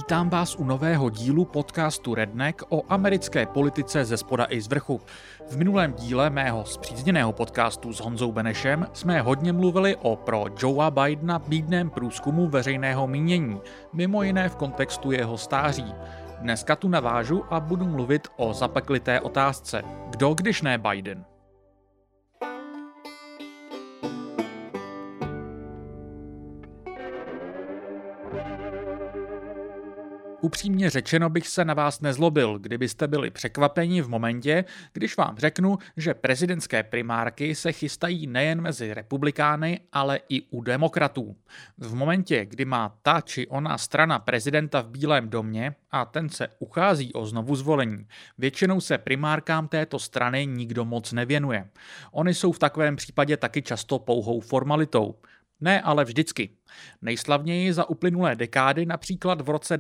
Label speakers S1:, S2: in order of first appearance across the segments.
S1: Vítám vás u nového dílu podcastu Redneck o americké politice ze spoda i z vrchu. V minulém díle mého spřízněného podcastu s Honzou Benešem jsme hodně mluvili o pro Joea Bidena bídném průzkumu veřejného mínění, mimo jiné v kontextu jeho stáří. Dneska tu navážu a budu mluvit o zapeklité otázce. Kdo, když ne Biden? Upřímně řečeno bych se na vás nezlobil, kdybyste byli překvapeni v momentě, když vám řeknu, že prezidentské primárky se chystají nejen mezi republikány, ale i u demokratů. V momentě, kdy má ta či ona strana prezidenta v Bílém domě a ten se uchází o znovuzvolení, většinou se primárkám této strany nikdo moc nevěnuje. Ony jsou v takovém případě taky často pouhou formalitou. Ne, ale vždycky. Nejslavněji za uplynulé dekády například v roce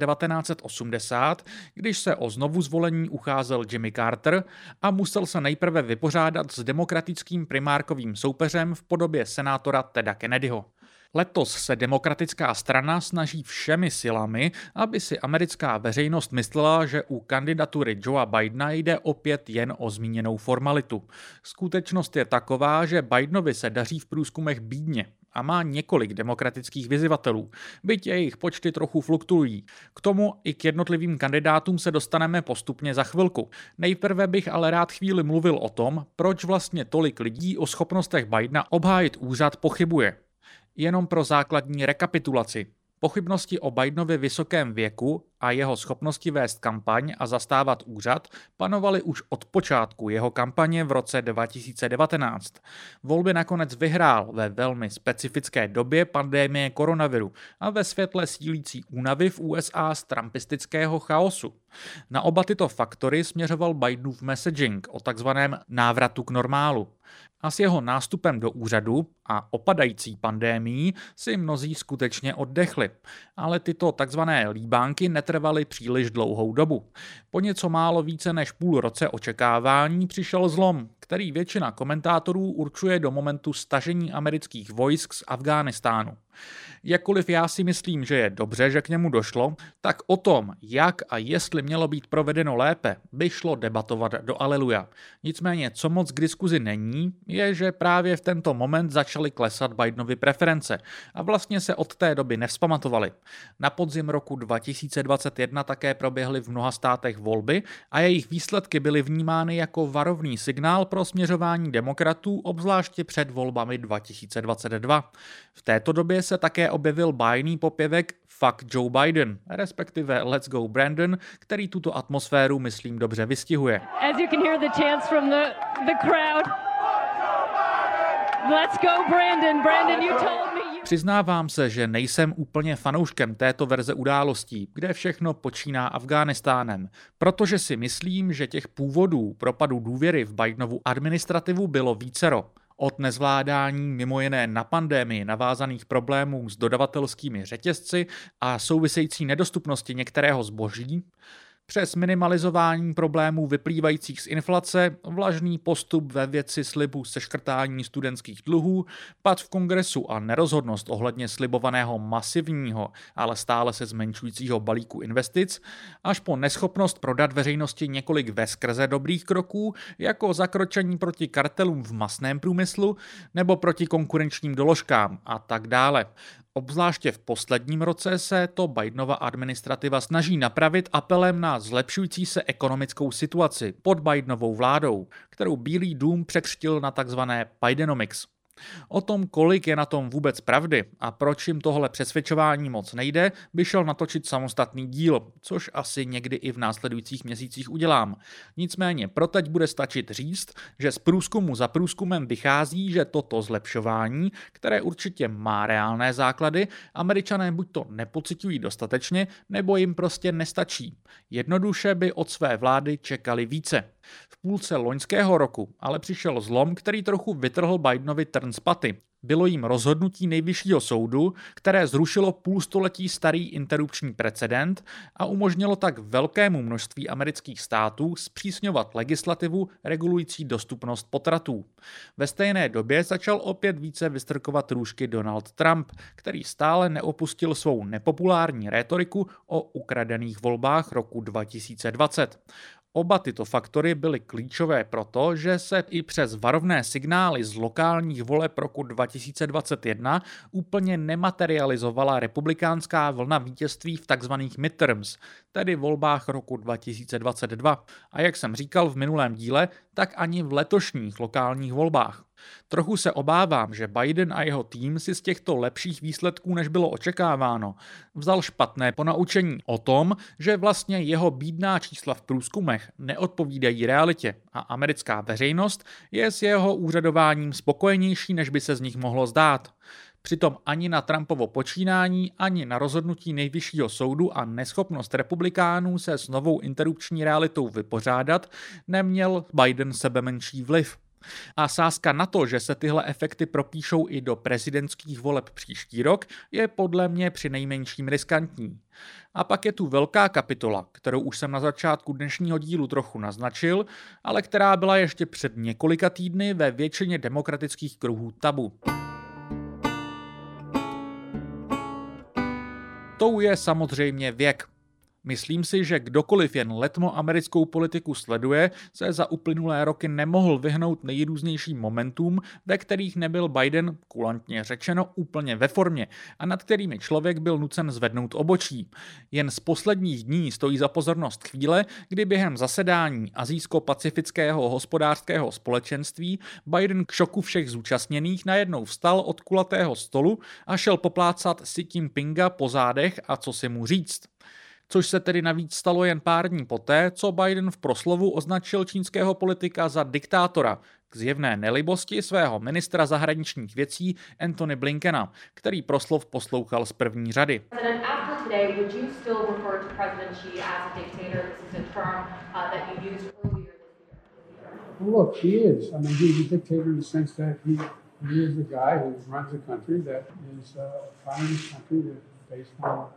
S1: 1980, když se o znovuzvolení ucházel Jimmy Carter a musel se nejprve vypořádat s demokratickým primárkovým soupeřem v podobě senátora Teda Kennedyho. Letos se demokratická strana snaží všemi silami, aby si americká veřejnost myslela, že u kandidatury Joea Bidena jde opět jen o zmíněnou formalitu. Skutečnost je taková, že Bidenovi se daří v průzkumech bídně a má několik demokratických vyzývatelů, byť jejich počty trochu fluktuují. K tomu i k jednotlivým kandidátům se dostaneme postupně za chvilku. Nejprve bych ale rád chvíli mluvil o tom, proč vlastně tolik lidí o schopnostech Bidena obhájit úřad pochybuje. Jenom pro základní rekapitulaci. Pochybnosti o Bidenově vysokém věku a jeho schopnosti vést kampaň a zastávat úřad panovaly už od počátku jeho kampaně v roce 2019. Volby nakonec vyhrál ve velmi specifické době pandemie koronaviru a ve světle sílící únavy v USA z trumpistického chaosu. Na oba tyto faktory směřoval Bidenův messaging o takzvaném návratu k normálu. A s jeho nástupem do úřadu a opadající pandemií si mnozí skutečně oddechli. Ale tyto takzvané líbánky netrvaly příliš dlouhou dobu. Po něco málo více než půl roce očekávání přišel zlom, který většina komentátorů určuje do momentu stažení amerických vojsk z Afghánistánu. Jakkoliv já si myslím, že je dobře, že k němu došlo, tak o tom, jak a jestli mělo být provedeno lépe, by šlo debatovat do aleluja. Nicméně, co moc k diskuzi není, je, že právě v tento moment začaly klesat Bidenovy preference a vlastně se od té doby nevzpamatovali. Na podzim roku 2021 také proběhly v mnoha státech volby a jejich výsledky byly vnímány jako varovný signál pro směřování demokratů, obzvláště před volbami 2022. V této době se také objevil bájný popěvek Fuck Joe Biden, respektive Let's Go Brandon, který tuto atmosféru, myslím, dobře vystihuje.
S2: As you can hear the chants from the crowd. Let's go Brandon. Brandon, you told me you...
S1: Přiznávám se, že nejsem úplně fanouškem této verze událostí, kde všechno počíná Afghánistánem, protože si myslím, že těch původů propadu důvěry v Bidenovu administrativu bylo vícero. Od nezvládání mimo jiné na pandemii navázaných problémů s dodavatelskými řetězci a související nedostupnosti některého zboží, přes minimalizování problémů vyplývajících z inflace, vlažný postup ve věci slibu seškrtání studentských dluhů, pad v kongresu a nerozhodnost ohledně slibovaného masivního, ale stále se zmenšujícího balíku investic, až po neschopnost prodat veřejnosti několik veskrze dobrých kroků, jako zakročení proti kartelům v masném průmyslu nebo proti konkurenčním doložkám a tak dále. Obzvláště v posledním roce se to Bidenova administrativa snaží napravit apelem na zlepšující se ekonomickou situaci pod Bidenovou vládou, kterou Bílý dům překřtil na takzvané Bidenomics. O tom, kolik je na tom vůbec pravdy a proč jim tohle přesvědčování moc nejde, by šel natočit samostatný díl, což asi někdy i v následujících měsících udělám. Nicméně pro teď bude stačit říct, že z průzkumu za průzkumem vychází, že toto zlepšování, které určitě má reálné základy, Američané buď to nepociťují dostatečně, nebo jim prostě nestačí. Jednoduše by od své vlády čekali více. V půlce loňského roku ale přišel zlom, který trochu vytrhl Bidenovi trn z paty. Bylo jím rozhodnutí Nejvyššího soudu, které zrušilo půlstoletí starý interrupční precedent a umožnilo tak velkému množství amerických států zpřísňovat legislativu regulující dostupnost potratů. Ve stejné době začal opět více vystrkovat růžky Donald Trump, který stále neopustil svou nepopulární rétoriku o ukradených volbách roku 2020. Oba tyto faktory byly klíčové proto, že se i přes varovné signály z lokálních voleb roku 2021 úplně nematerializovala republikánská vlna vítězství v tzv. Midterms, tedy volbách roku 2022. A jak jsem říkal v minulém díle, tak ani v letošních lokálních volbách. Trochu se obávám, že Biden a jeho tým si z těchto lepších výsledků, než bylo očekáváno, vzal špatné ponaučení o tom, že vlastně jeho bídná čísla v průzkumech neodpovídají realitě a americká veřejnost je s jeho úřadováním spokojenější, než by se z nich mohlo zdát. Přitom ani na Trumpovo počínání, ani na rozhodnutí Nejvyššího soudu a neschopnost republikánů se s novou interrupční realitou vypořádat neměl Biden sebemenší vliv. A sázka na to, že se tyhle efekty propíšou i do prezidentských voleb příští rok, je podle mě přinejmenším riskantní. A pak je tu velká kapitola, kterou už jsem na začátku dnešního dílu trochu naznačil, ale která byla ještě před několika týdny ve většině demokratických kruhů tabu. Tou je samozřejmě věk. Myslím si, že kdokoliv jen letmo americkou politiku sleduje, se za uplynulé roky nemohl vyhnout nejrůznějším momentům, ve kterých nebyl Biden, kulantně řečeno, úplně ve formě a nad kterými člověk byl nucen zvednout obočí. Jen z posledních dní stojí za pozornost chvíle, kdy během zasedání Asijsko-pacifického hospodářského společenství Biden k šoku všech zúčastněných najednou vstal od kulatého stolu a šel poplácat Xi Jinpinga po zádech a co si mu říct. Což se tedy navíc stalo jen pár dní poté, co Biden v proslovu označil čínského politika za diktátora, k zjevné nelibosti svého ministra zahraničních věcí Antony Blinkena, který proslov poslouchal z první řady.
S3: Look, he is. I mean, he's a dictator in the sense that he is the guy who runs a country that is a communist country that based on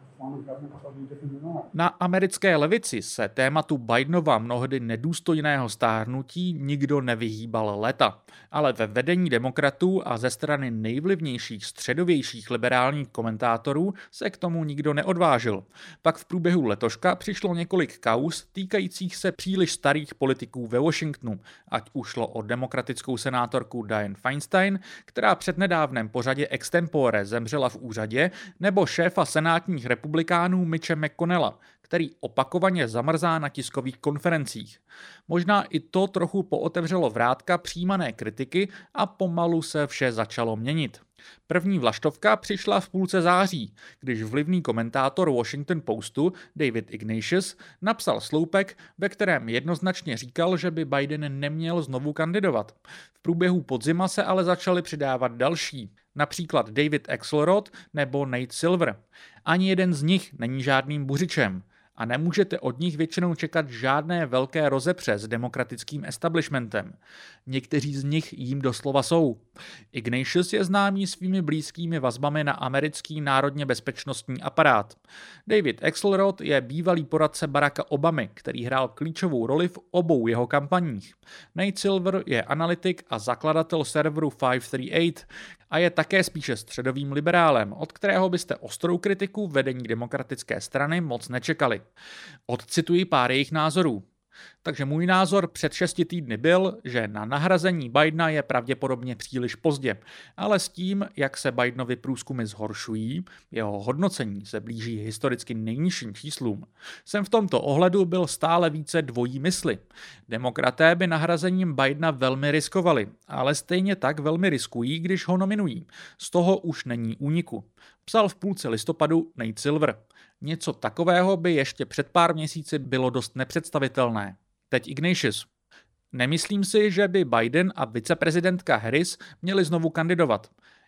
S1: Na americké levici se tématu Bidenova mnohdy nedůstojného stárnutí nikdo nevyhýbal léta, ale ve vedení demokratů a ze strany nejvlivnějších středovějších liberálních komentátorů se k tomu nikdo neodvážil. Pak v průběhu letoška přišlo několik kauz týkajících se příliš starých politiků ve Washingtonu, ať už šlo o demokratickou senátorku Dianne Feinstein, která přednedávnem po řadě extempore zemřela v úřadě, nebo šéfa senátních republikánů Mitche McConnella, který opakovaně zamrzá na tiskových konferencích. Možná i to trochu pootevřelo vrátka přijímané kritiky a pomalu se vše začalo měnit. První vlaštovka přišla v půlce září, když vlivný komentátor Washington Postu David Ignatius napsal sloupek, ve kterém jednoznačně říkal, že by Biden neměl znovu kandidovat. V průběhu podzima se ale začaly přidávat další, například David Axelrod nebo Nate Silver. Ani jeden z nich není žádným buřičem a nemůžete od nich většinou čekat žádné velké rozepře s demokratickým establishmentem. Někteří z nich jím doslova jsou. Ignatius je známý svými blízkými vazbami na americký národně bezpečnostní aparát. David Axelrod je bývalý poradce Baracka Obamy, který hrál klíčovou roli v obou jeho kampaních. Nate Silver je analytik a zakladatel serveru 538 a je také spíše středovým liberálem, od kterého byste ostrou kritiku vedení demokratické strany moc nečekali. Odcituji pár jejich názorů. Takže můj názor před 6 týdny byl, že na nahrazení Bidena je pravděpodobně příliš pozdě, ale s tím, jak se Bidenovi průzkumy zhoršují, jeho hodnocení se blíží historicky nejnižším číslům, jsem v tomto ohledu byl stále více dvojí mysli. Demokraté by nahrazením Bidena velmi riskovali, ale stejně tak velmi riskují, když ho nominují. Z toho už není úniku. Psal v půlce listopadu Nate Silver. Něco takového by ještě před pár měsíci bylo dost nepředstavitelné. Teď Ignatius. Nemyslím si, že by Biden a viceprezidentka Harris měli znovu kandidovat.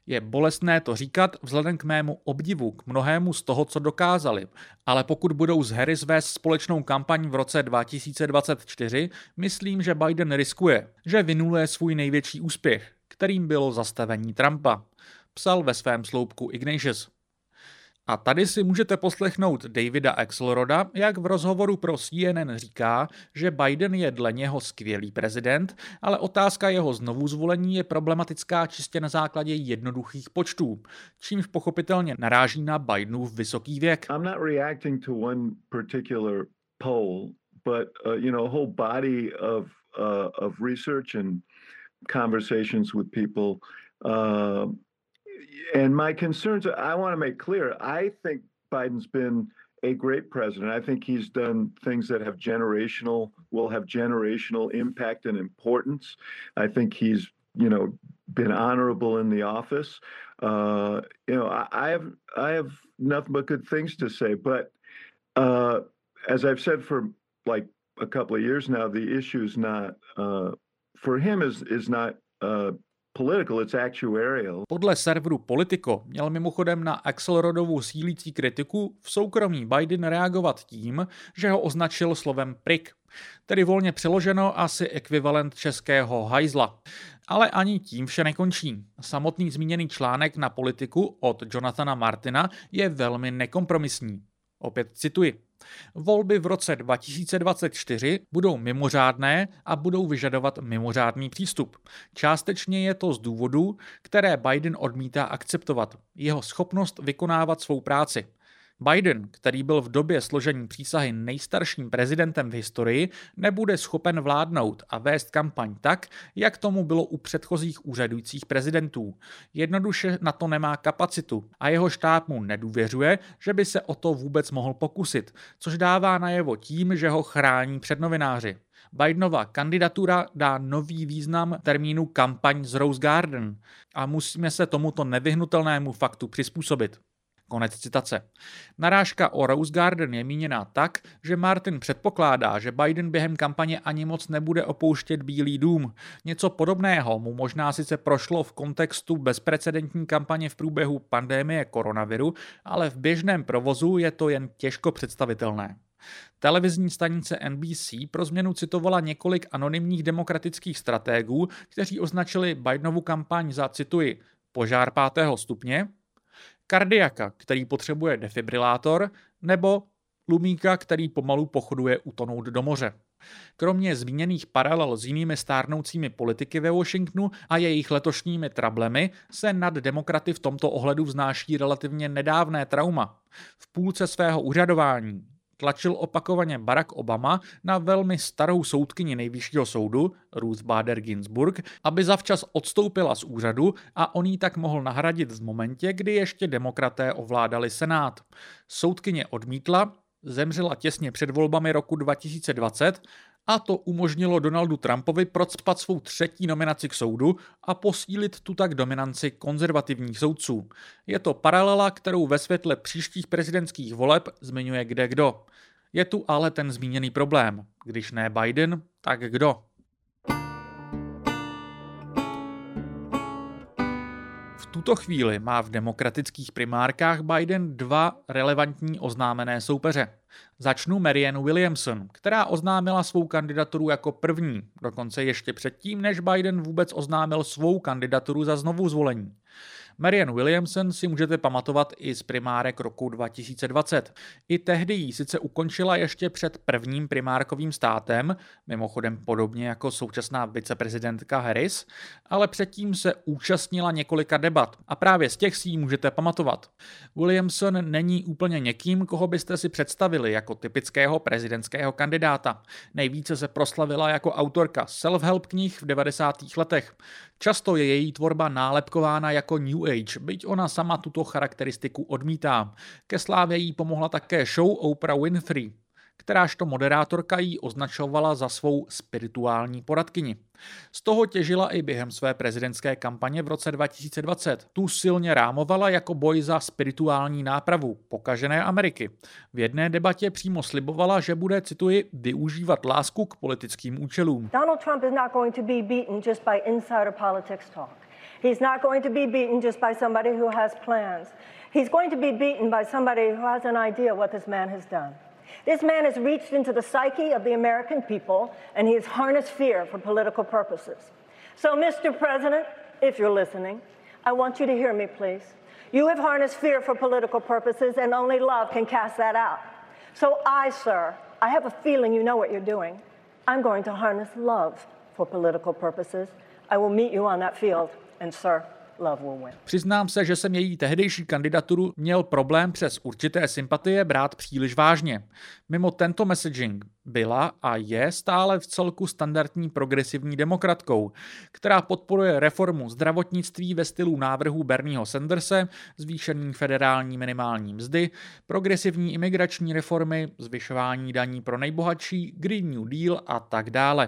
S1: Je bolestné to říkat vzhledem k mému obdivu k mnohému z toho, co dokázali, ale pokud budou z Harris vést společnou kampaň v roce 2024, myslím, že Biden riskuje, že vynuluje svůj největší úspěch, kterým bylo zastavení Trumpa, psal ve svém sloupku Ignatius. A tady si můžete poslechnout Davida Axelroda, jak v rozhovoru pro CNN říká, že Biden je dle něho skvělý prezident, ale otázka jeho znovuzvolení je problematická čistě na základě jednoduchých počtů, čímž pochopitelně naráží na Bidenův vysoký věk.
S4: I'm not reacting to one particular poll, but a whole body of research and conversations with people. And my concerns, I want to make clear, I think Biden's been a great president. I think he's done things that will have generational impact and importance. I think he's, been honorable in the office. I have nothing but good things to say. But as I've said for like a couple of years now, the issue is not, for him is not political, it's actuarial.
S1: Podle serveru Politico měl mimochodem na Axelrodovu sílící kritiku v soukromí Biden reagovat tím, že ho označil slovem prik, tedy volně přeloženo asi ekvivalent českého hajzla. Ale ani tím vše nekončí. Samotný zmíněný článek na Politiku od Jonathana Martina je velmi nekompromisní. Opět cituji. Volby v roce 2024 budou mimořádné a budou vyžadovat mimořádný přístup. Částečně je to z důvodů, které Biden odmítá akceptovat. Jeho schopnost vykonávat svou práci. Biden, který byl v době složení přísahy nejstarším prezidentem v historii, nebude schopen vládnout a vést kampaň tak, jak tomu bylo u předchozích úřadujících prezidentů. Jednoduše na to nemá kapacitu a jeho štáb mu nedůvěřuje, že by se o to vůbec mohl pokusit, což dává najevo tím, že ho chrání před novináři. Bidenova kandidatura dá nový význam termínu kampaň z Rose Garden a musíme se tomuto nevyhnutelnému faktu přizpůsobit. Konec citace. Narážka o Rose Garden je míněná tak, že Martin předpokládá, že Biden během kampaně ani moc nebude opouštět Bílý dům. Něco podobného mu možná sice prošlo v kontextu bezprecedentní kampaně v průběhu pandemie koronaviru, ale v běžném provozu je to jen těžko představitelné. Televizní stanice NBC pro změnu citovala několik anonymních demokratických stratégů, kteří označili Bidenovu kampaň za, cituji, požár 5. stupně, kardiaka, který potřebuje defibrilátor, nebo lumíka, který pomalu pochoduje utonout do moře. Kromě zmíněných paralel s jinými stárnoucími politiky ve Washingtonu a jejich letošními trablemi se nad demokraty v tomto ohledu vznáší relativně nedávné trauma. V půlce svého úřadování tlačil opakovaně Barack Obama na velmi starou soudkyni nejvyššího soudu, Ruth Bader Ginsburg, aby zavčas odstoupila z úřadu a on ji tak mohl nahradit v momentě, kdy ještě demokraté ovládali Senát. Soudkyně odmítla, zemřela těsně před volbami roku 2020 a to umožnilo Donaldu Trumpovi procpat svou 3. nominaci k soudu a posílit tu tak dominanci konzervativních soudců. Je to paralela, kterou ve světle příštích prezidentských voleb zmiňuje kdekdo. Je tu ale ten zmíněný problém. Když ne Biden, tak kdo? V tuto chvíli má v demokratických primárkách Biden 2 relevantní oznámené soupeře. Začnu Marianne Williamson, která oznámila svou kandidaturu jako první, dokonce ještě předtím, než Biden vůbec oznámil svou kandidaturu za znovuzvolení. Marianne Williamson si můžete pamatovat i z primárek roku 2020. I tehdy ji sice ukončila ještě před prvním primárkovým státem, mimochodem podobně jako současná viceprezidentka Harris, ale předtím se účastnila několika debat a právě z těch si ji můžete pamatovat. Williamson není úplně někým, koho byste si představili jako typického prezidentského kandidáta. Nejvíce se proslavila jako autorka self-help knih v 90. letech. Často je její tvorba nálepkována jako New Age, byť ona sama tuto charakteristiku odmítá. Ke slávě jí pomohla také show Oprah Winfrey, kterážto moderátorka jí označovala za svou spirituální poradkyni. Z toho těžila i během své prezidentské kampaně v roce 2020. Tu silně rámovala jako boj za spirituální nápravu pokažené Ameriky. V jedné debatě přímo slibovala, že bude, cituji, využívat lásku k politickým účelům.
S5: Donald Trump is not going to be beaten just by insider politics talk. He's not going to be beaten just by somebody who has plans. He's going to be beaten by somebody who has an idea what this man has done. This man has reached into the psyche of the American people, and he has harnessed fear for political purposes. So, Mr. President, if you're listening, I want you to hear me, please. You have harnessed fear for political purposes, and only love can cast that out. So sir, I have a feeling you know what you're doing. I'm going to harness love for political purposes. I will meet you on that field, and sir, love will win.
S1: Přiznám se, že jsem její tehdejší kandidaturu měl problém přes určité sympatie brát příliš vážně. Mimo tento messaging byla a je stále v celku standardní progresivní demokratkou, která podporuje reformu zdravotnictví ve stylu návrhů Bernieho Sanderse, zvýšení federální minimální mzdy, progresivní imigrační reformy, zvyšování daní pro nejbohatší, Green New Deal a tak dále.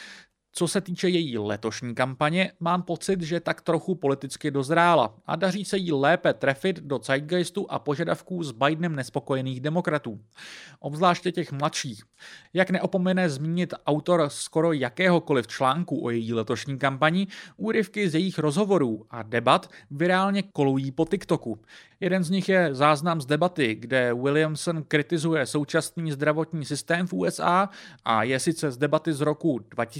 S1: Co se týče její letošní kampaně, mám pocit, že tak trochu politicky dozrála a daří se jí lépe trefit do zeitgeistu a požadavků s Bidenem nespokojených demokratů. Obzvláště těch mladších. Jak neopomene zmínit autor skoro jakéhokoliv článku o její letošní kampani, úryvky z jejich rozhovorů a debat virálně kolují po TikToku. Jeden z nich je záznam z debaty, kde Williamson kritizuje současný zdravotní systém v USA a je sice z debaty z roku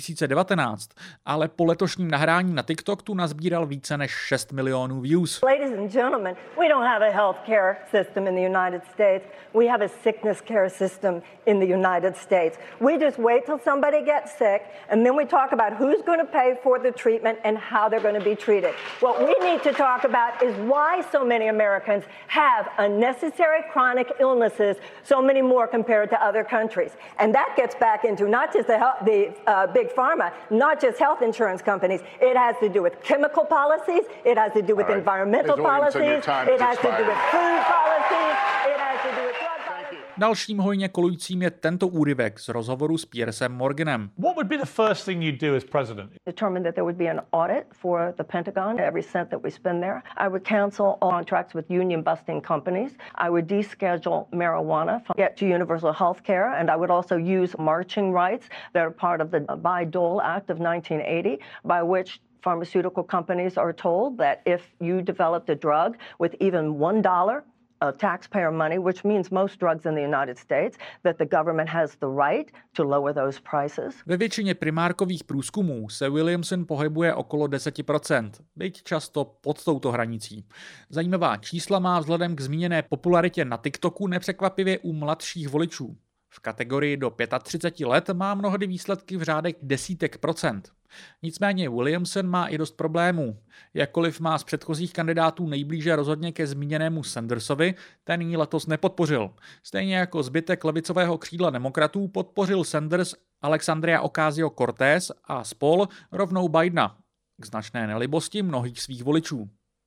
S1: 2019, ale po letošním nahrání na TikTok tu nazbíral více než 6 milionů views.
S5: Ladies and gentlemen, we don't have a health care system in the United States. We have a sickness care system in the United States. We just wait till somebody gets sick and then we talk about who's going to pay for the treatment and how they're going to be treated. What we need to talk about is why so many Americans have unnecessary chronic illnesses, so many more compared to other countries. And that gets back into not just the big pharma, not just health insurance companies. It has to do with chemical policies, it has to do with environmental policies, it has to do with food policies, it has to do with drug policies.
S1: Dalším hojně kolujícím je tento úryvek z rozhovoru s Piersem Morganem.
S6: What would be the first thing you'd do as president?
S5: Determined that there would be an audit for the Pentagon, every cent that we spend there. I would cancel all contracts with union-busting companies. I would deschedule marijuana, get to universal health care, and I would also use marching rights that are part of the Bayh-Dole Act of 1980, by which pharmaceutical companies are told that if you developed a drug with even $1 of taxpayer money, which means most drugs in the United States, that the government has the right to lower those prices.
S1: Ve většině primárkových průzkumů se Williamson pohybuje okolo 10%, byť často pod touto hranicí. Zajímavá čísla má vzhledem k zmíněné popularitě na TikToku nepřekvapivě u mladších voličů. V kategorii do 35 let má mnohdy výsledky v řádech desítek procent. Nicméně Williamson má i dost problémů. Jakkoliv má z předchozích kandidátů nejblíže rozhodně ke zmíněnému Sandersovi, ten ji letos nepodpořil. Stejně jako zbytek levicového křídla demokratů podpořil Sanders Alexandria Ocasio-Cortez a spol rovnou Bidena, k značné nelibosti mnohých svých voličů.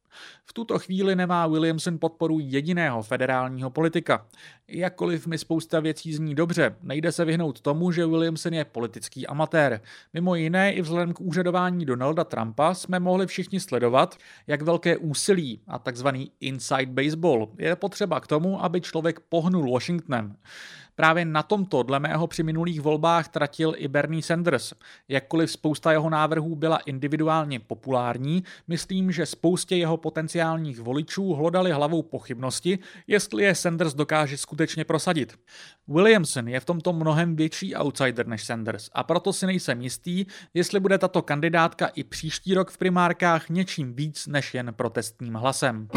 S1: V tuto chvíli nemá Williamson podporu jediného federálního politika. Jakkoliv mi spousta věcí zní dobře, nejde se vyhnout tomu, že Williamson je politický amatér. Mimo jiné i vzhledem k úřadování Donalda Trumpa jsme mohli všichni sledovat, jak velké úsilí a takzvaný inside baseball je potřeba k tomu, aby člověk pohnul Washingtonem. Právě na tomto dle mého při minulých volbách tratil i Bernie Sanders. Jakkoliv spousta jeho návrhů byla individuálně populární, myslím, že spoustě jeho potenciálních voličů hlodali hlavou pochybnosti, jestli je Sanders dokáže skutečně prosadit. Williamson je v tomto mnohem větší outsider než Sanders a proto si nejsem jistý, jestli bude tato kandidátka i příští rok v primárkách něčím víc než jen protestním hlasem.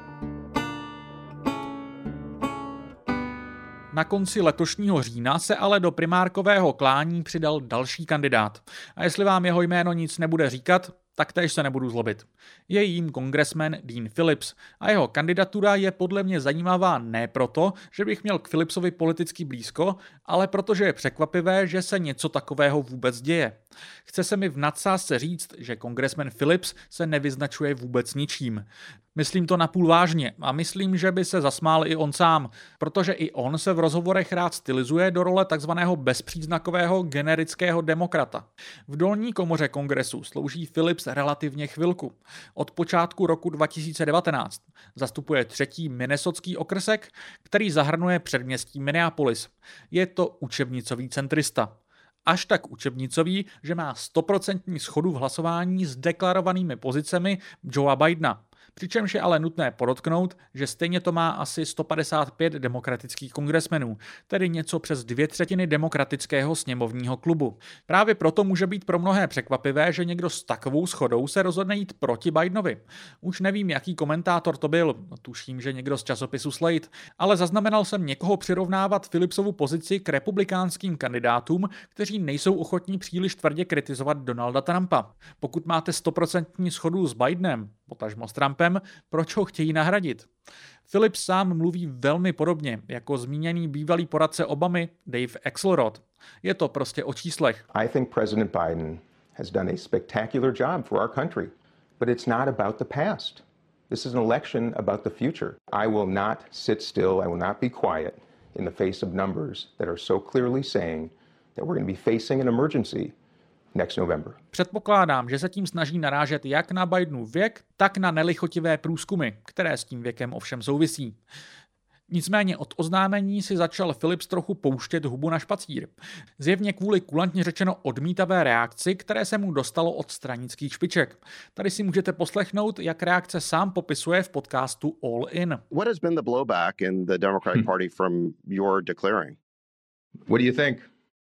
S1: Na konci letošního října se ale do primárkového klání přidal další kandidát. A jestli vám jeho jméno nic nebude říkat, tak též se nebudu zlobit. Je jím kongresmen Dean Phillips a jeho kandidatura je podle mě zajímavá ne proto, že bych měl k Phillipsovi politicky blízko, ale protože je překvapivé, že se něco takového vůbec děje. Chce se mi v nadsázce říct, že kongresmen Phillips se nevyznačuje vůbec ničím. Myslím to napůl vážně a myslím, že by se zasmál i on sám, protože i on se v rozhovorech rád stylizuje do role takzvaného bezpříznakového generického demokrata. V dolní komoře kongresu slouží Phillips relativně chvilku. Od počátku roku 2019 zastupuje 3. minnesotský okrsek, který zahrnuje předměstí Minneapolis. Je to učebnicový centrista. až tak učebnicový, že má 100% shodu v hlasování s deklarovanými pozicemi Joea Bidena. Přičemž je ale nutné podotknout, že stejně to má asi 155 demokratických kongresmenů, tedy něco přes 2/3 demokratického sněmovního klubu. Právě proto může být pro mnohé překvapivé, že někdo s takovou shodou se rozhodne jít proti Bidenovi. Už nevím, jaký komentátor to byl, tuším, že někdo z časopisu Slate, ale zaznamenal jsem někoho přirovnávat Phillipsovu pozici k republikánským kandidátům, kteří nejsou ochotní příliš tvrdě kritizovat Donalda Trumpa. Pokud máte 100% shodu s Bidenem, potažmo s Trumpem, proč ho chtějí nahradit? Phillips sám mluví velmi podobně, jako zmíněný bývalý poradce Obamy Dave Axelrod. Je to prostě o číslech.
S7: I think President Biden has done a spectacular job for our country, but it's not about the past. This is an election about the future. I will not sit still, I will not be quiet in the face of numbers that are so clearly saying that we're going to be facing an emergency next November.
S1: Předpokládám, že se tím snaží narážet jak na Bidenův věk, tak na nelichotivé průzkumy, které s tím věkem ovšem souvisí. Nicméně od oznámení si začal Phillips trochu pouštět hubu na špacír. Zjevně kvůli kulantně řečeno odmítavé reakci, které se mu dostalo od stranických špiček. Tady si můžete poslechnout, jak reakce sám popisuje v podcastu All In.
S8: What has been the blowback in the Democratic Party from your declaring?
S7: What do you think?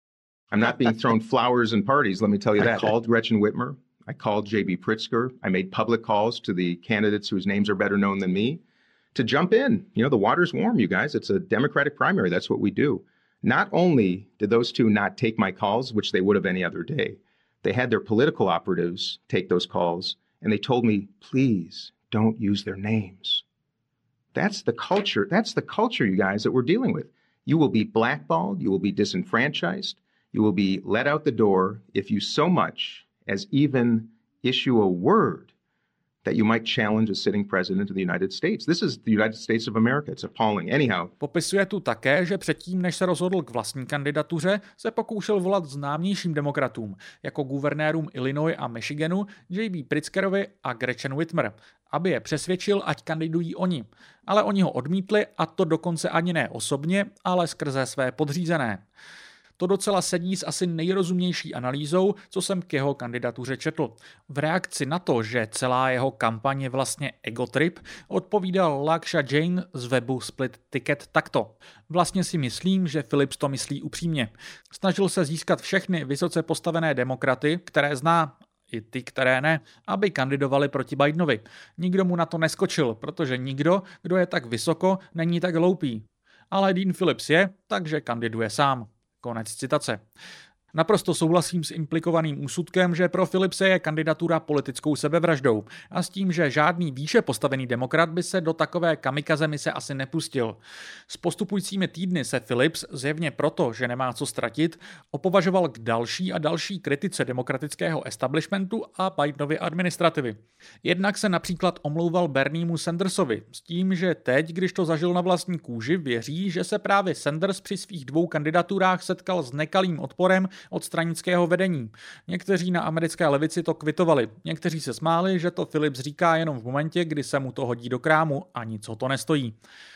S7: I'm not being thrown flowers and parties, let me tell you that. I called Gretchen Whitmer. I called J.B. Pritzker. I made public calls to the candidates whose names are better known than me to jump in. You know, the water's warm, you guys. It's a Democratic primary. That's what we do. Not only did those two not take my calls, which they would have any other day, they had their political operatives take those calls, and they told me, please don't use their names. That's the culture. That's the culture, you guys, that we're dealing with. You will be blackballed. You will be disenfranchised. You will be let out the door if you so much as even issue a word that you might challenge a sitting president of the United States. This is the United States of America. It's appalling. Anyhow.
S1: Popisuje tu také, že předtím, než se rozhodl k vlastní kandidatuře, se pokoušel volat známějším demokratům, jako guvernérům Illinois a Michiganu, J.B. Pritzkerovi a Gretchen Whitmer, aby je přesvědčil, ať kandidují oni. Ale oni ho odmítli, a to dokonce ani ne osobně, ale skrze své podřízené. To docela sedí s asi nejrozumnější analýzou, co jsem k jeho kandidatuře četl. V reakci na to, že celá jeho kampaň je vlastně egotrip, odpovídal Laksha Jain z webu Split Ticket takto. Vlastně si myslím, že Phillips to myslí upřímně. Snažil se získat všechny vysoce postavené demokraty, které zná, i ty, které ne, aby kandidovali proti Bidenovi. Nikdo mu na to neskočil, protože nikdo, kdo je tak vysoko, není tak hloupý. Ale Dean Phillips je, takže kandiduje sám. Konec citace. Naprosto souhlasím s implikovaným úsudkem, že pro Phillipse je kandidatura politickou sebevraždou a s tím, že žádný výše postavený demokrat by se do takové kamikaze mise asi nepustil. S postupujícími týdny se Phillips, zjevně proto, že nemá co ztratit, opovažoval k další a další kritice demokratického establishmentu a Bidenovy administrativy. Jednak se například omlouval Berniemu Sandersovi s tím, že teď, když to zažil na vlastní kůži, věří, že se právě Sanders při svých 2 kandidaturách setkal s nekalým odporem od stranického vedení. Někteří na americké levici to kvitovali, někteří se smáli, že to Phillips říká jenom v momentě, kdy se mu to hodí do krámu a nic ho to nestojí.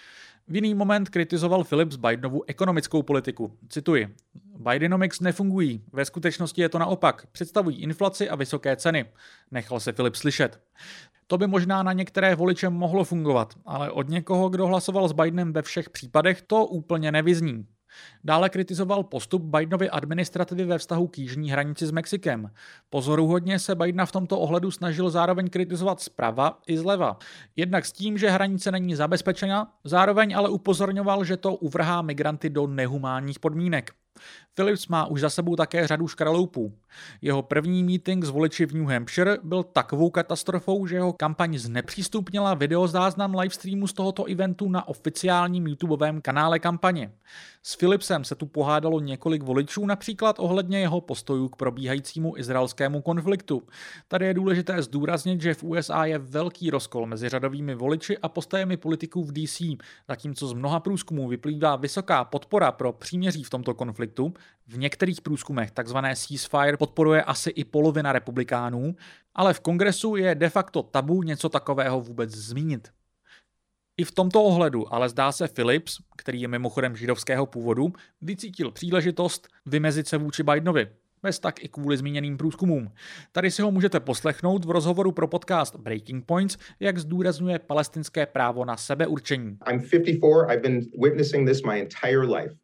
S1: V jiný moment kritizoval Phillips Bidenovu ekonomickou politiku. Cituji: Bidenomics nefungují, ve skutečnosti je to naopak, představují inflaci a vysoké ceny. Nechal se Phillips slyšet. To by možná na některé voliče mohlo fungovat, ale od někoho, kdo hlasoval s Bidenem ve všech případech, to úplně nevyzní. Dále kritizoval postup Bidenovy administrativy ve vztahu k jižní hranici s Mexikem. Pozoruhodně se Bidena v tomto ohledu snažil zároveň kritizovat zprava i zleva. Jednak s tím, že hranice není zabezpečena, zároveň ale upozorňoval, že to uvrhá migranty do nehumánních podmínek. Phillips má už za sebou také řadu škraloupů. Jeho první meeting s voliči v New Hampshire byl takovou katastrofou, že jeho kampaň znepřístupnila videozáznam livestreamu z tohoto eventu na oficiálním YouTubeovém kanále kampaně. S Phillipsem se tu pohádalo několik voličů, například ohledně jeho postojů k probíhajícímu izraelskému konfliktu. Tady je důležité zdůraznit, že v USA je velký rozkol mezi řadovými voliči a postojemi politiků v DC, zatímco z mnoha průzkumů vyplývá vysoká podpora pro příměří v tomto konfliktu. V některých průzkumech takzvané ceasefire podporuje asi i polovina republikánů, ale v kongresu je de facto tabu něco takového vůbec zmínit. I v tomto ohledu ale zdá se Phillips, který je mimochodem židovského původu, vycítil příležitost vymezit se vůči Bidenovi. Bez tak i kvůli zmíněným průzkumům. Tady si ho můžete poslechnout v rozhovoru pro podcast Breaking Points, jak zdůrazňuje palestinské právo na sebeurčení.
S7: I'm 54. I've been witnessing this my entire life.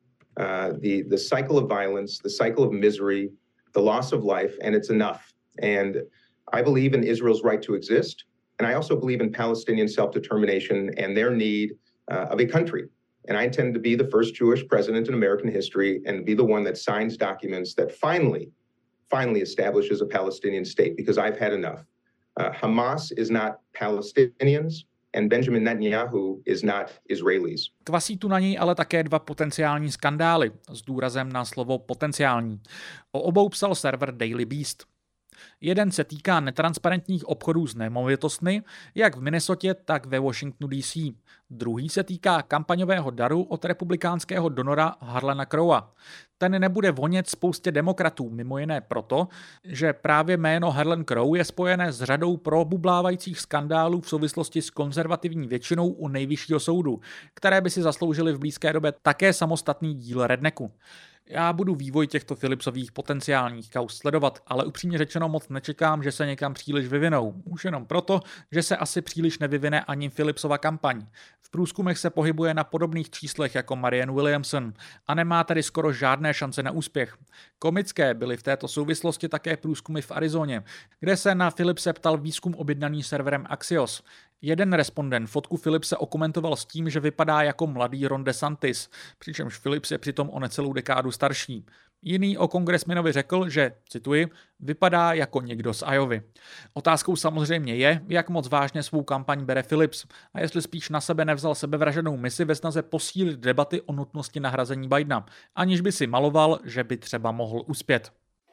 S7: The cycle of violence, the cycle of misery, the loss of life, and it's enough. And I believe in Israel's right to exist, and I also believe in Palestinian self-determination and their need of a country. And I intend to be the first Jewish president in American history and be the one that signs documents that finally establishes a Palestinian state, because I've had enough. Hamas is not Palestinians and Benjamin Netanyahu is not Israelis.
S1: Kvasí tu na něj ale také dva potenciální skandály, s důrazem na slovo potenciální. O obou psal server Daily Beast. Jeden se týká netransparentních obchodů s nemovitostmi, jak v Minnesotě, tak ve Washingtonu DC. Druhý se týká kampaňového daru od republikánského donora Harlana Crowa. Ten nebude vonět spoustě demokratů, mimo jiné proto, že právě jméno Harlan Crow je spojené s řadou probublávajících skandálů v souvislosti s konzervativní většinou u nejvyššího soudu, které by si zasloužily v blízké době také samostatný díl Rednecku. Já budu vývoj těchto Phillipsových potenciálních kauz sledovat, ale upřímně řečeno moc nečekám, že se někam příliš vyvinou. Už jenom proto, že se asi příliš nevyvine ani Phillipsova kampaň. V průzkumech se pohybuje na podobných číslech jako Marianne Williamson a nemá tedy skoro žádné šance na úspěch. Komické byly v této souvislosti také průzkumy v Arizoně, kde se na Phillipse ptal výzkum objednaný serverem Axios. Jeden respondent fotku Phillipse okomentoval s tím, že vypadá jako mladý Ron DeSantis, přičemž Phillips je přitom o necelou dekádu starší. Jiný o kongresmenovi řekl, že, cituji, vypadá jako někdo z Iovy. Otázkou samozřejmě je, jak moc vážně svou kampaň bere Phillips a jestli spíš na sebe nevzal sebevražednou misi ve snaze posílit debaty o nutnosti nahrazení Bidena, aniž by si maloval, že by třeba mohl uspět.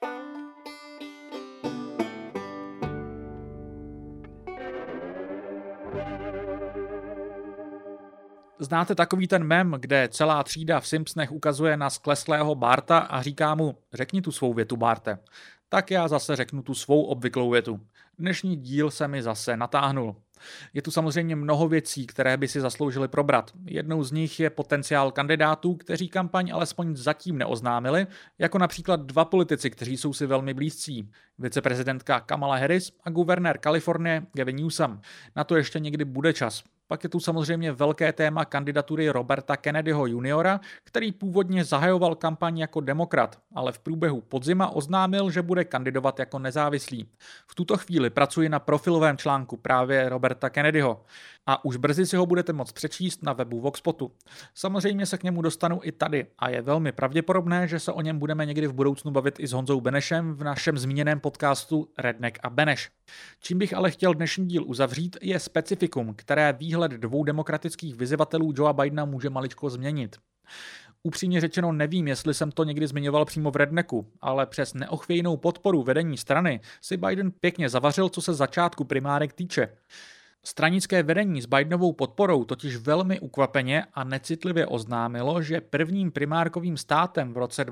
S1: Znáte takový ten mem, kde celá třída v Simpsonech ukazuje na skleslého Barta a říká mu, řekni tu svou větu, Barte. Tak já zase řeknu tu svou obvyklou větu. Dnešní díl se mi zase natáhnul. Je tu samozřejmě mnoho věcí, které by si zasloužili probrat. Jednou z nich je potenciál kandidátů, kteří kampaň alespoň zatím neoznámili, jako například dva politici, kteří jsou si velmi blízcí. Viceprezidentka Kamala Harris a guvernér Kalifornie Gavin Newsom. Na to ještě někdy bude čas. Pak je tu samozřejmě velké téma kandidatury Roberta Kennedyho juniora, který původně zahajoval kampaň jako demokrat, ale v průběhu podzima oznámil, že bude kandidovat jako nezávislý. V tuto chvíli pracuji na profilovém článku právě Roberta Kennedyho a už brzy si ho budete moct přečíst na webu Voxpotu. Samozřejmě se k němu dostanu i tady a je velmi pravděpodobné, že se o něm budeme někdy v budoucnu bavit i s Honzou Benešem v našem zmíněném podcastu Redneck a Beneš. Čím bych ale chtěl dnešní díl uzavřít, je specifikum, které výhled dvou demokratických vyzývatelů Joea Bidena může maličko změnit. Upřímně řečeno nevím, jestli jsem to někdy zmiňoval přímo v Rednecku, ale přes neochvějnou podporu vedení strany si Biden pěkně zavařil, co se začátku primárek týče. Stranické vedení s Bidenovou podporou totiž velmi ukvapeně a necitlivě oznámilo, že prvním primárkovým státem v roce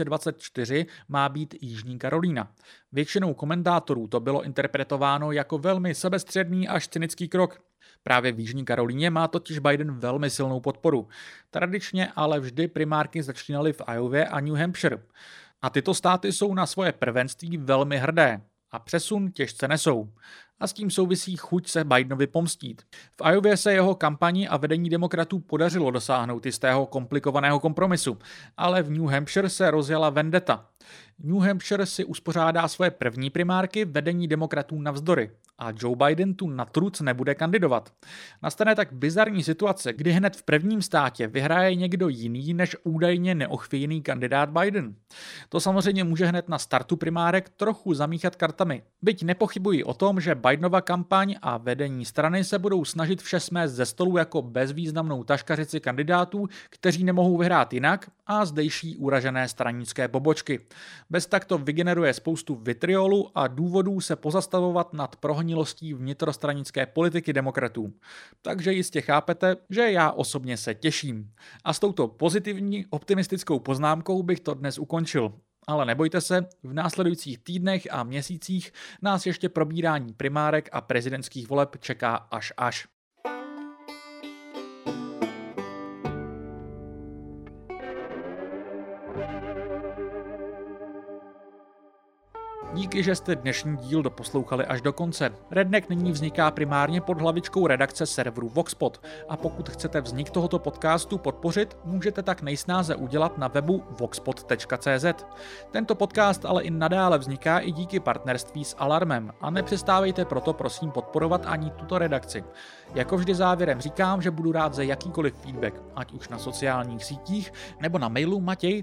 S1: 2024 má být Jižní Karolína. Většinou komentátorů to bylo interpretováno jako velmi sebestředný až cynický krok. Právě v Jižní Karolíně má totiž Biden velmi silnou podporu. Tradičně ale vždy primárky začínaly v Iově a New Hampshire. A tyto státy jsou na svoje prvenství velmi hrdé a přesun těžce nesou. A s tím souvisí chuť se Bidenovi pomstít. V Iově se jeho kampani a vedení demokratů podařilo dosáhnout jistého komplikovaného kompromisu, ale v New Hampshire se rozjela vendeta. New Hampshire si uspořádá svoje první primárky vedení demokratů navzdory a Joe Biden tu na truc nebude kandidovat. Nastane tak bizarní situace, kdy hned v prvním státě vyhraje někdo jiný než údajně neochvějný kandidát Biden. To samozřejmě může hned na startu primárek trochu zamíchat kartami. Byť nepochybuji o tom, že Bidenova kampaň a vedení strany se budou snažit vše smést ze stolu jako bezvýznamnou taškařici kandidátů, kteří nemohou vyhrát jinak, a zdejší uražené stranické pobočky. Bez tak to vygeneruje spoustu vitriolu a důvodů se pozastavovat nad prohnilostí vnitrostranické politiky demokratů. Takže jistě chápete, že já osobně se těším. A s touto pozitivní optimistickou poznámkou bych to dnes ukončil. Ale nebojte se, v následujících týdnech a měsících nás ještě probírání primárek a prezidentských voleb čeká až. Díky, že jste dnešní díl doposlouchali až do konce. Redneck nyní vzniká primárně pod hlavičkou redakce serveru Voxpod a pokud chcete vznik tohoto podcastu podpořit, můžete tak nejsnáze udělat na webu voxpod.cz. Tento podcast ale i nadále vzniká i díky partnerství s Alarmem a nepřestávejte proto prosím podporovat ani tuto redakci. Jako vždy závěrem říkám, že budu rád za jakýkoliv feedback, ať už na sociálních sítích nebo na mailu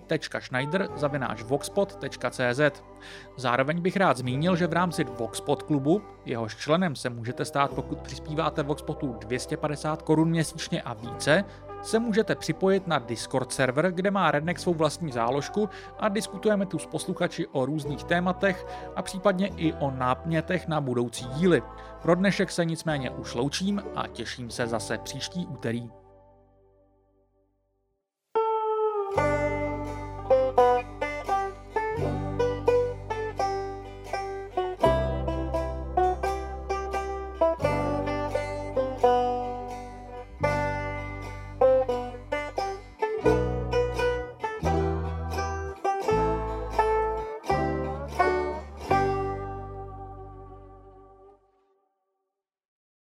S1: matěj.schneider@voxpod.cz. Zároveň bych rád zmínil, že v rámci Voxpod klubu, jehož členem se můžete stát, pokud přispíváte Voxpodu 250 Kč měsíčně a více, se můžete připojit na Discord server, kde má Redneck svou vlastní záložku a diskutujeme tu s posluchači o různých tématech a případně i o námětech na budoucí díly. Pro dnešek se nicméně už loučím a těším se zase příští úterý.